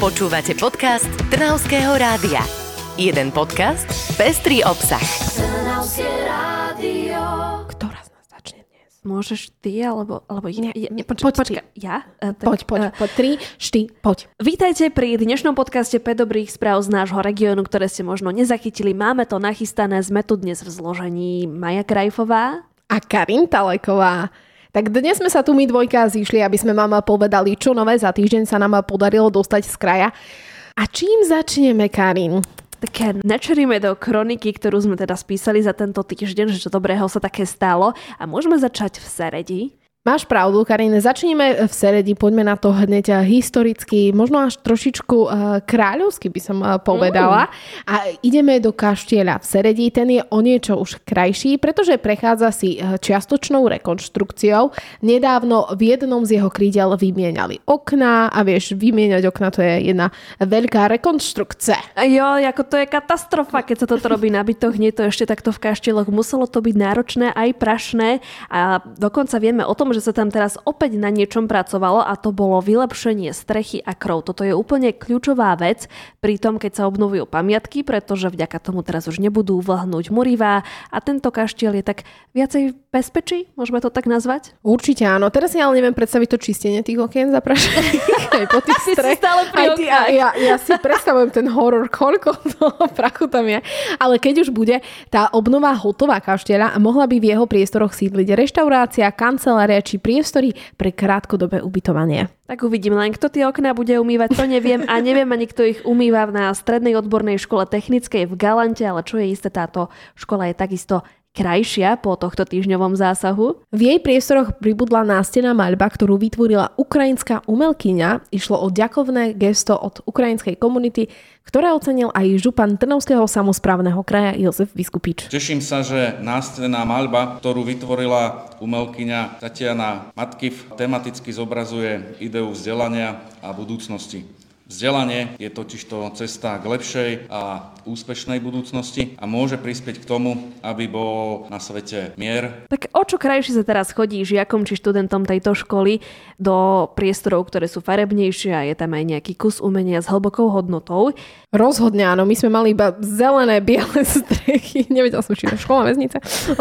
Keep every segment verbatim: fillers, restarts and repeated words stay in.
Počúvate podcast Trnavského rádia. Jeden podcast, pestrý obsah. Trnavské rádio. Ktorá z nás začne dnes? Môžeš ty, alebo, alebo Nie, ja? nie, Poč, poď počka, ty. ja? Uh, tak, Poď, poď, uh, poď. Tri, štyri, poď. Vítajte pri dnešnom podcaste päť dobrých správ z nášho regiónu, ktoré ste možno nezachytili. Máme to nachystané, sme tu dnes v zložení Maja Krajfová a Karin Taleková. Tak dnes sme sa tu my dvojka zišli, aby sme vám povedali, čo nové za týždeň sa nám podarilo dostať z kraja. A čím začneme, Karin? Také načeríme do kroniky, ktorú sme teda spísali za tento týždeň, že čo dobrého sa také stalo. A môžeme začať v Seredi. Máš pravdu, Karin. Začneme v Seredi, poďme na to hneď historicky, možno až trošičku uh, kráľovsky by som uh, povedala. Mm. A ideme do kaštieľa v Seredi. Ten je o niečo už krajší, pretože prechádza si uh, čiastočnou rekonštrukciou. Nedávno v jednom z jeho krídel vymieniali okná a vieš, vymieňať okná to je jedna veľká rekonštrukcia. Jo, ako to je katastrofa, keď sa toto robí na bytoch, nie to ešte takto v kaštieľoch. Muselo to byť náročné aj prašné a dokonca vieme o tom, že sa tam teraz opäť na niečom pracovalo a to bolo vylepšenie strechy a krov. Toto je úplne kľúčová vec pri tom, keď sa obnovujú pamiatky, pretože vďaka tomu teraz už nebudú vlhnúť murivá a tento kaštiel je tak viacej bezpečí, môžeme to tak nazvať? Určite áno. Teraz si ale neviem predstaviť to čistenie tých okien zaprašených aj po tých strech. Stále pri ty, ja, ja si predstavujem ten horor, koľko toho prachu tam je. Ale keď už bude tá obnova hotová kaštieľa, mohla by v jeho priestoroch sídliť reštaurácia, kancelária či priestory pre krátkodobé ubytovanie. Tak uvidím, len kto tie okná bude umývať, to neviem a neviem ani kto ich umýva na strednej odbornej škole technickej v Galante, ale čo je isté, táto škola je takisto krajšia po tohto týždňovom zásahu. V jej priestoroch pribudla nástená maľba, ktorú vytvorila ukrajinská umelkyňa. Išlo o ďakovné gesto od ukrajinskej komunity, ktoré ocenil aj župan Trnavského samosprávneho kraja Jozef Viskupič. Teším sa, že nástená maľba, ktorú vytvorila umelkyňa Tatiana Matkiv, tematicky zobrazuje ideu vzdelania a budúcnosti. Vzdelanie je totižto cesta k lepšej a úspešnej budúcnosti a môže prispieť k tomu, aby bol na svete mier. Tak o čo krajšie sa teraz chodí žiakom či študentom tejto školy do priestorov, ktoré sú farebnejšie a je tam aj nejaký kus umenia s hlbokou hodnotou? Rozhodne áno, my sme mali iba zelené, biele strechy. Nevedela som, či to škola, väznica.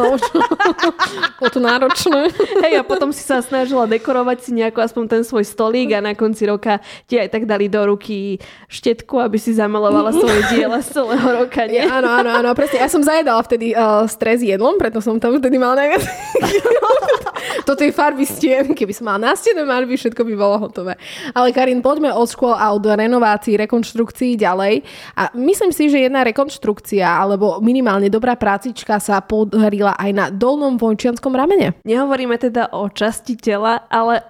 Bolo to náročné. Hej, a potom si sa snažila dekorovať si nejako aspoň ten svoj stolík a na konci roka ti aj tak dali do ruky štetku, aby si zamalovala svoje diela z celého roka, nie? Ja, áno, áno, áno, presne. Ja som zajedala vtedy uh, stres jedlom, preto som tam vtedy mala najviac. Toto je farby stien, keby som mala nástené farby, všetko by bolo hotové. Ale Karin, poďme od škôl a od renovácií, rekonštrukcií ďalej. A myslím si, že jedna rekonštrukcia, alebo minimálne dobrá prácička sa podarila aj na Dolnom Vojčianskom ramene. Nehovoríme teda o časti tela, ale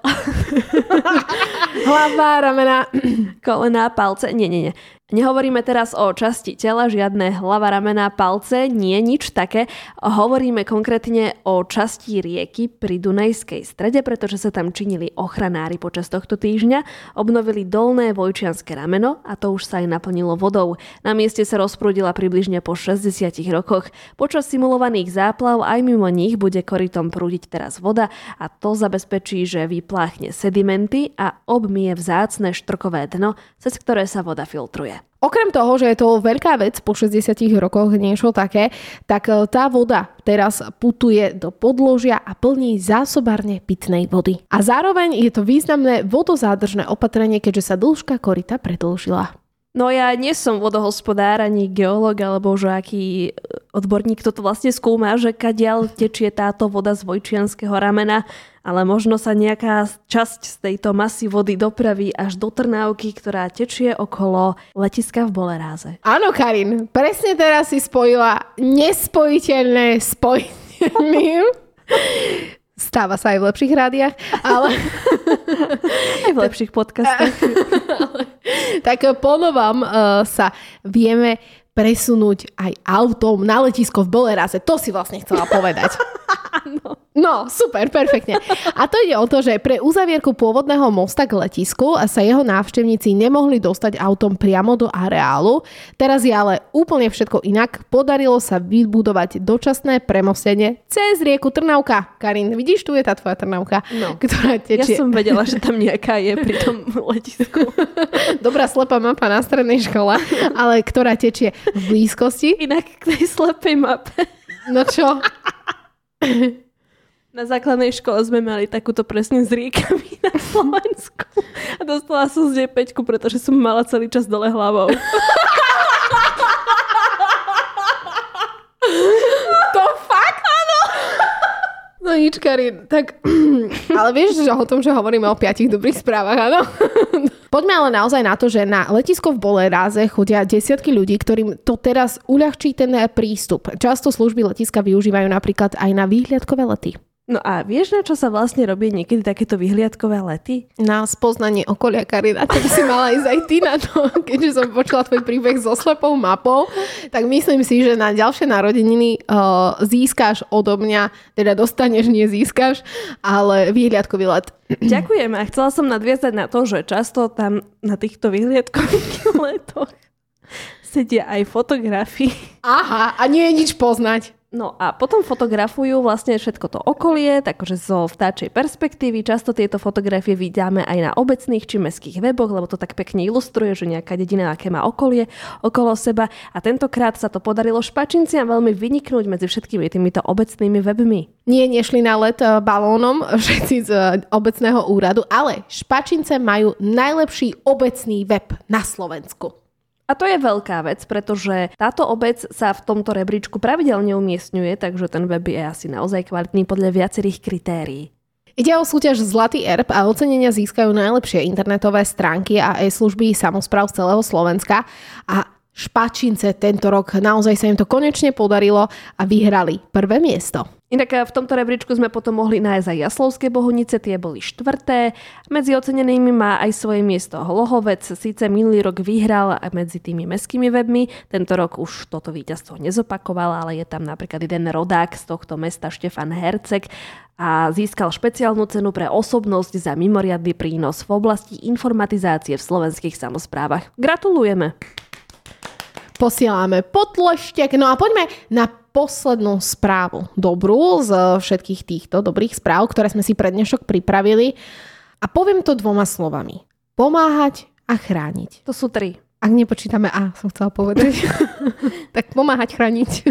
hlava, ramena, kolená, palce. Nie, nie, nie. Nehovoríme teraz o časti tela, žiadne hlava, ramená, palce, nie, nič také. Hovoríme konkrétne o časti rieky pri Dunajskej strede, pretože sa tam činili ochranári počas tohto týždňa. Obnovili Dolné Vojčianske rameno a to už sa aj naplnilo vodou. Na mieste sa rozprúdila približne po šesťdesiatich rokoch. Počas simulovaných záplav aj mimo nich bude korytom prúdiť teraz voda a to zabezpečí, že vypláchne sedimenty a obmie vzácne štrkové dno, cez ktoré sa voda filtruje. Okrem toho, že je to veľká vec po šesťdesiatich rokoch niečo také, tak tá voda teraz putuje do podložia a plní zásobárne pitnej vody. A zároveň je to významné vodozádržné opatrenie, keďže sa dĺžka koryta predĺžila. No ja nie som vodohospodár, ani geológ, alebo že aký odborník toto vlastne skúma, že kadiaľ tečie táto voda z Vojčianskeho ramena, ale možno sa nejaká časť z tejto masy vody dopraví až do Trnávky, ktorá tečie okolo letiska v Boleráze. Áno, Karin, presne teraz si spojila nespojiteľné spojením. Stáva sa aj v lepších rádiách, ale... aj v lepších podcastoch. Tak ponovom uh, sa vieme presunúť aj autom na letisko v Boleráze. To si vlastne chcela povedať. Áno. No, super, perfektne. A to ide o to, že pre uzavierku pôvodného mosta k letisku sa jeho návštevníci nemohli dostať autom priamo do areálu. Teraz je ale úplne všetko inak. Podarilo sa vybudovať dočasné premostenie cez rieku Trnavka. Karin, vidíš, tu je tá tvoja Trnavka, no. ktorá tečie. Ja som vedela, že tam nejaká je pri tom letisku. Dobrá slepá mapa na strednej škole, ale ktorá tečie v blízkosti. Inak k tej slepej mape. No čo? Na základnej škole sme mali takúto presne s riekami na Slovensku. A dostala som z nej päťku, pretože som mala celý čas dole hlavou. To fakt? Áno. No nič, Karin. Tak, ale vieš, že o tom, že hovoríme o piatich dobrých správach, áno? Poďme ale naozaj na to, že na letisko v Boleráze chodia desiatky ľudí, ktorým to teraz uľahčí ten prístup. Často služby letiska využívajú napríklad aj na výhliadkové lety. No a vieš, na čo sa vlastne robí niekedy takéto vyhliadkové lety? Na spoznanie okolia, Karina. To by si mala ísť aj ty na to. Keďže som počula tvoj príbeh so slepou mapou, tak myslím si, že na ďalšie narodeniny uh, získaš odo mňa, teda dostaneš, nie získaš, ale výhliadkový let. Ďakujem a chcela som nadviazať na to, že často tam na týchto vyhliadkových letoch sedia aj fotografii. Aha, a nie je nič poznať. No a potom fotografujú vlastne všetko to okolie, takže zo vtáčej perspektívy. Často tieto fotografie vydáme aj na obecných či mestských weboch, lebo to tak pekne ilustruje, že nejaká dedina aké má okolie okolo seba. A tentokrát sa to podarilo Špačinciam veľmi vyniknúť medzi všetkými týmito obecnými webmi. Nie, nešli na let balónom všetci z obecného úradu, ale Špačince majú najlepší obecný web na Slovensku. A to je veľká vec, pretože táto obec sa v tomto rebríčku pravidelne umiestňuje, takže ten web je asi naozaj kvalitný podľa viacerých kritérií. Ide o súťaž Zlatý erb a ocenenia získajú najlepšie internetové stránky a e-služby samospráv z celého Slovenska. A Špačince tento rok naozaj sa im to konečne podarilo a vyhrali prvé miesto. Inak v tomto rebríčku sme potom mohli nájsť aj Jaslovské Bohunice, tie boli štvrté. Medzi ocenenými má aj svoje miesto Hlohovec, síce minulý rok vyhral aj medzi tými mestskými webmi, tento rok už toto víťazstvo nezopakoval, ale je tam napríklad jeden rodák z tohto mesta, Štefan Herceg, a získal špeciálnu cenu pre osobnosť za mimoriadny prínos v oblasti informatizácie v slovenských samosprávach. Gratulujeme! Posielame potleštek. No a poďme na poslednú správu. Dobrú z všetkých týchto dobrých správ, ktoré sme si pre dnešok pripravili. A poviem to dvoma slovami. Pomáhať a chrániť. To sú tri. Ak nepočítame A, som chcela povedať. Tak pomáhať, chrániť.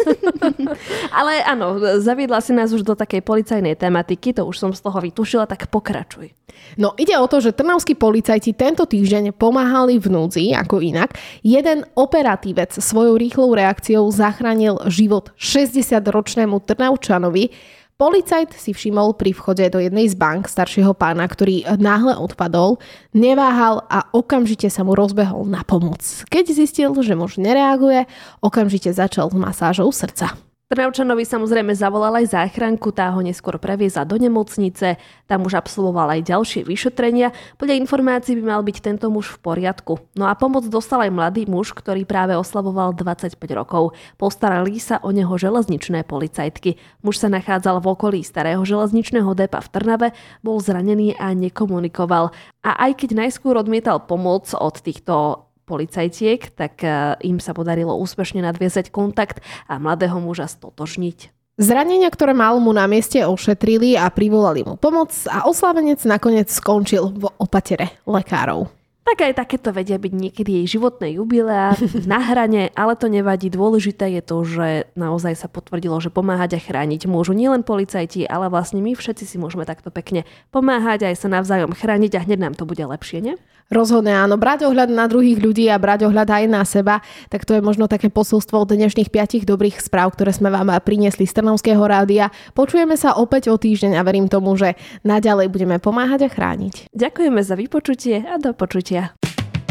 Ale áno, zaviedla si nás už do takej policajnej tematiky, to už som z toho vytušila, tak pokračuj. No ide o to, že trnavskí policajti tento týždeň pomáhali v núdzi, ako inak. Jeden operatívec svojou rýchlou reakciou zachránil život šesťdesiatročnému Trnavčanovi. Policajt si všimol pri vchode do jednej z bank staršieho pána, ktorý náhle odpadol, neváhal a okamžite sa mu rozbehol na pomoc. Keď zistil, že muž nereaguje, okamžite začal s masážou srdca. Trnavčanovi samozrejme zavolal aj záchranku, tá ho neskôr previezla do nemocnice, tam už absolvoval aj ďalšie vyšetrenia. Podľa informácií by mal byť tento muž v poriadku. No a pomoc dostal aj mladý muž, ktorý práve oslavoval dvadsaťpäť rokov. Postarali sa o neho železničné policajtky. Muž sa nachádzal v okolí starého železničného depa v Trnave, bol zranený a nekomunikoval. A aj keď najskôr odmietal pomoc od týchto policajtiek, tak im sa podarilo úspešne nadviazať kontakt a mladého muža stotožniť. Zranenia, ktoré mal, mu na mieste ošetrili a privolali mu pomoc a oslavenec nakoniec skončil v opatere lekárov. Tak aj takéto vedia byť niekedy jej životné jubileá na hrane, ale to nevadí. Dôležité je to, že naozaj sa potvrdilo, že pomáhať a chrániť môžu nielen policajti, ale vlastne my všetci si môžeme takto pekne pomáhať aj sa navzájom chrániť a hneď nám to bude lepšie, nie? Rozhodne áno, brať ohľad na druhých ľudí a brať ohľad aj na seba, tak to je možno také posolstvo od dnešných piatich dobrých správ, ktoré sme vám priniesli z Trnavského rádia. Počujeme sa opäť o týždeň a verím tomu, že naďalej budeme pomáhať a chrániť. Ďakujeme za vypočutie a do počutia.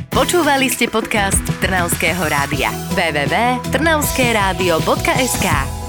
Počúvali ste podcast Trnavského rádia. w w w bodka trnavskeradio bodka es ká